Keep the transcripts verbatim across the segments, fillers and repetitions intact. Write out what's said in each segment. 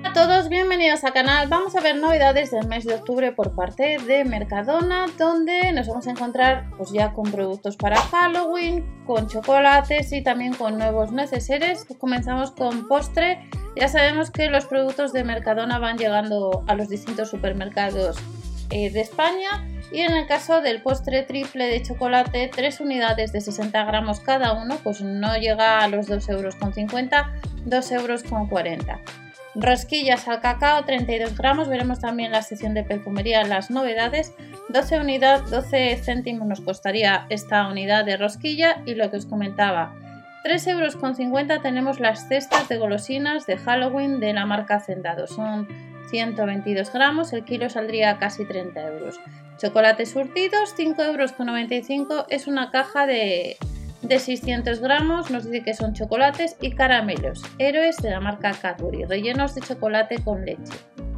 Hola a todos, bienvenidos al canal. Vamos a ver novedades del mes de octubre por parte de Mercadona, donde nos vamos a encontrar pues ya con productos para Halloween, con chocolates y también con nuevos neceseres. Comenzamos con postre. Ya sabemos que los productos de Mercadona van llegando a los distintos supermercados eh, de España. Y en el caso del postre triple de chocolate, tres unidades de sesenta gramos cada uno, pues no llega a los dos euros con cincuenta, dos euros con cuarenta. Rosquillas al cacao, treinta y dos gramos, veremos también la sección de perfumería las novedades. doce unidades, doce céntimos nos costaría esta unidad de rosquilla. Y lo que os comentaba, tres euros con cincuenta tenemos las cestas de golosinas de Halloween de la marca Hacendado. Son ciento veintidós gramos, el kilo saldría casi treinta euros. Chocolates surtidos, cinco euros con noventa y cinco, es una caja de, de seiscientos gramos, nos dice que son chocolates y caramelos, héroes de la marca Cadbury, rellenos de chocolate con leche.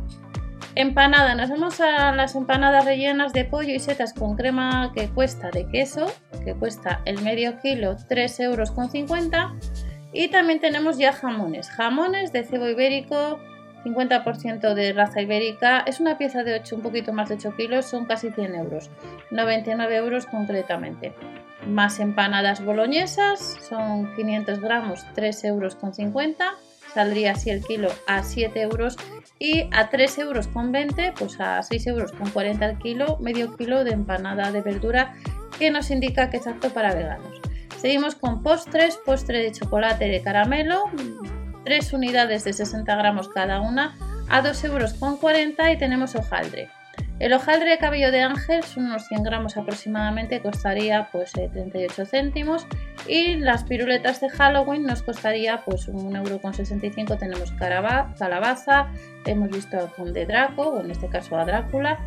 Empanada, nos vamos a las empanadas rellenas de pollo y setas con crema que cuesta de queso, que cuesta el medio kilo tres euros con cincuenta. Y también tenemos ya jamones, jamones de cebo ibérico, cincuenta por ciento de raza ibérica, es una pieza de ocho, un poquito más de ocho kilos, son casi cien euros, noventa y nueve euros concretamente. Más empanadas boloñesas, son quinientos gramos, tres euros con cincuenta, saldría así el kilo a siete euros, y a tres euros con veinte, pues a seis euros con cuarenta el kilo, medio kilo de empanada de verdura que nos indica que es apto para veganos. Seguimos con postres, postre de chocolate de caramelo, tres unidades de sesenta gramos cada una a dos euros con cuarenta, y tenemos hojaldre. El hojaldre de cabello de ángel son unos cien gramos aproximadamente, costaría pues eh, treinta y ocho céntimos, y las piruletas de Halloween nos costaría pues un euro con sesenta y cinco. Tenemos calabaza, hemos visto a Conde Draco, o en este caso a Drácula,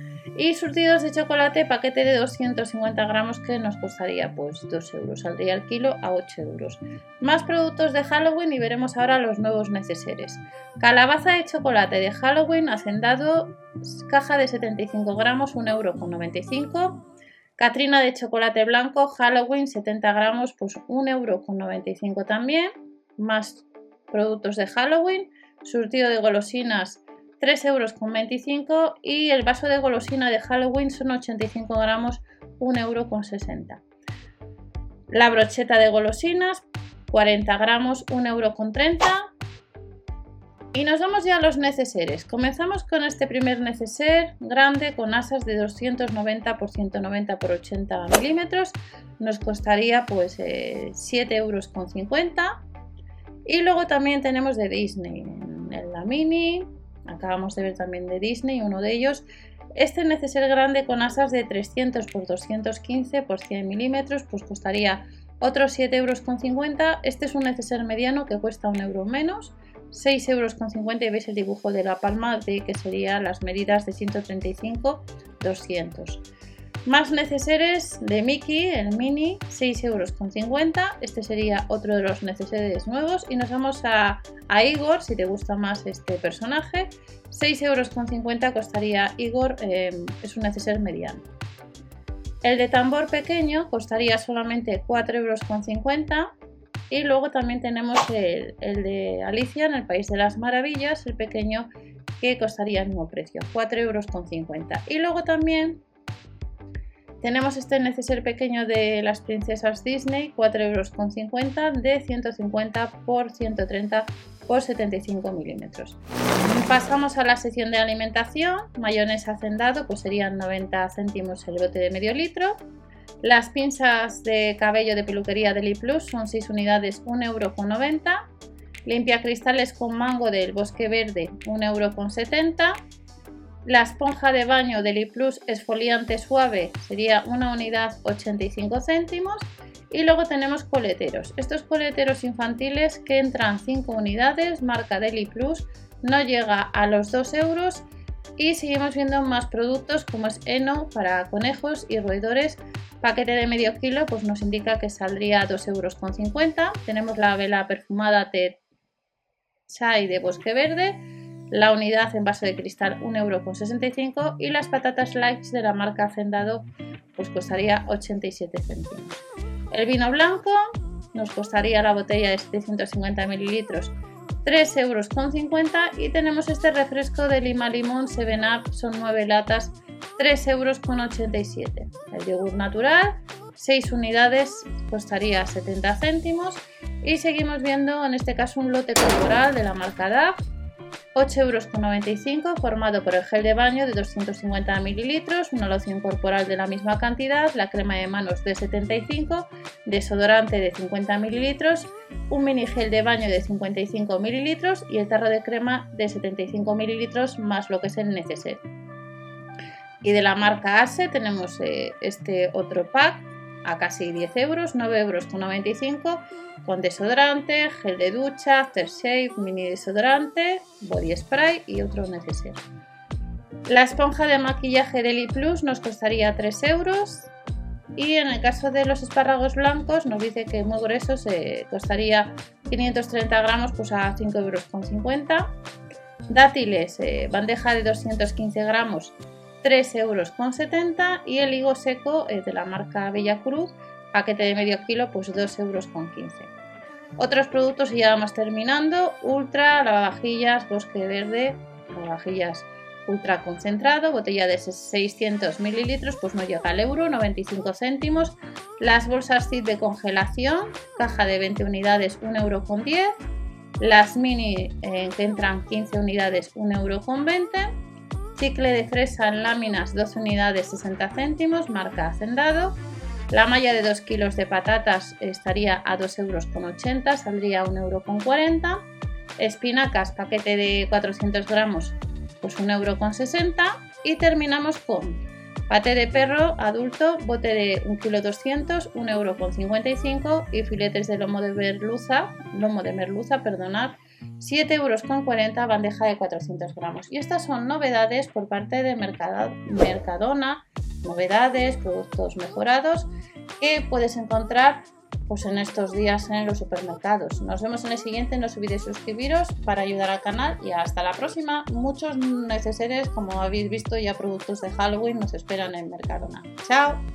y surtidos de chocolate, paquete de doscientos cincuenta gramos que nos costaría pues dos euros, saldría el kilo a ocho euros. Más productos de Halloween y veremos ahora los nuevos neceseres. Calabaza de chocolate de Halloween Hacendado, caja de setenta y cinco gramos, un euro con noventa y cinco. Catrina de chocolate blanco Halloween setenta gramos, pues un euro con noventa y cinco también. Más productos de Halloween, surtido de golosinas tres euros con veinticinco, y el vaso de golosina de Halloween son ochenta y cinco gramos, un euro con sesenta. La brocheta de golosinas cuarenta gramos, un euro con treinta. Y nos vamos ya a los neceseres. Comenzamos con este primer neceser grande con asas de doscientos noventa por ciento noventa por ochenta milímetros, nos costaría pues eh, siete euros con cincuenta. Y luego también tenemos de Disney, en la mini. Acabamos de ver también de Disney, uno de ellos. Este neceser grande con asas de trescientos por doscientos quince por cien milímetros, pues costaría otros siete euros con cincuenta. Este es un neceser mediano que cuesta un euro menos, seis euros con cincuenta, y veis el dibujo de la palma de que serían las medidas de ciento treinta y cinco doscientos. Más neceseres de Mickey, el mini, seis euros con cincuenta. Este sería otro de los neceseres nuevos. Y nos vamos a, a Igor, si te gusta más este personaje. seis euros con cincuenta costaría Igor, eh, es un neceser mediano. El de tambor pequeño costaría solamente cuatro euros con cincuenta. Y luego también tenemos el, el de Alicia en el País de las Maravillas, el pequeño, que costaría el mismo precio, cuatro euros con cincuenta. Y luego también tenemos este neceser pequeño de las princesas Disney, cuatro euros con cincuenta, de ciento cincuenta por ciento treinta por setenta y cinco milímetros. Pasamos a la sección de alimentación. Mayonesa Hacendado, pues serían noventa céntimos el bote de medio litro. Las pinzas de cabello de peluquería de Deli Plus son seis unidades, un euro con noventa. Limpia cristales con mango del Bosque Verde, un euro con setenta. La esponja de baño Deli Plus esfoliante suave sería una unidad, ochenta y cinco céntimos. Y luego tenemos coleteros. Estos coleteros infantiles que entran cinco unidades, marca Deli Plus, no llega a los dos euros. Y seguimos viendo más productos como es heno para conejos y roedores. Paquete de medio kilo, pues nos indica que saldría a dos euros con cincuenta. Tenemos la vela perfumada Ted Chai de Bosque Verde. La unidad en vaso de cristal un euro con sesenta y cinco, y las patatas lights de la marca Hacendado pues costaría ochenta y siete céntimos. El vino blanco nos costaría la botella de setecientos cincuenta mililitros tres euros con cincuenta. Y tenemos este refresco de lima limón seven up, son nueve latas, tres euros con ochenta y siete. El yogur natural, seis unidades, costaría setenta céntimos. Y seguimos viendo en este caso un lote corporal de la marca D A F, ocho euros con noventa y cinco, formado por el gel de baño de doscientos cincuenta mililitros, una loción corporal de la misma cantidad, la crema de manos de setenta y cinco, desodorante de cincuenta mililitros, un mini gel de baño de cincuenta y cinco mililitros y el tarro de crema de setenta y cinco mililitros más lo que es el neceser. Y de la marca Axe tenemos eh, este otro pack a casi diez euros, nueve euros con noventa y cinco, con desodorante, gel de ducha, aftershave, mini desodorante, body spray y otro neceser. La esponja de maquillaje Deli Plus nos costaría tres euros. Y en el caso de los espárragos blancos nos dice que muy gruesos eh, costaría quinientos treinta gramos, pues a cinco euros con cincuenta. Dátiles, eh, bandeja de doscientos quince gramos, tres euros con setenta. Y el higo seco eh, de la marca Bella Cruz, paquete de medio kilo, pues dos euros con quince. Otros productos, y ya vamos terminando: Ultra, lavavajillas Bosque Verde, lavavajillas ultra concentrado, botella de seiscientos mililitros, pues no llega al euro, noventa y cinco céntimos. Las bolsas Cid de congelación, caja de veinte unidades, un euro con diez. Las mini eh, que entran quince unidades, un euro con veinte. Chicle de fresa en láminas, doce unidades, sesenta céntimos, marca Hacendado. La malla de dos kilos de patatas estaría a dos euros con ochenta, saldría a un euro con cuarenta. Espinacas, paquete de cuatrocientos gramos, pues un euro con sesenta. Y terminamos con paté de perro adulto, bote de un kilo doscientos, un euro con cincuenta y cinco. Y filetes de lomo de merluza, lomo de merluza, perdonad, siete euros con cuarenta, bandeja de cuatrocientos gramos. Y estas son novedades por parte de Mercadona, novedades, productos mejorados que puedes encontrar pues en estos días en los supermercados. Nos vemos en el siguiente, no os olvidéis suscribiros para ayudar al canal y hasta la próxima. Muchos neceseres, como habéis visto, ya productos de Halloween nos esperan en Mercadona. ¡Chao!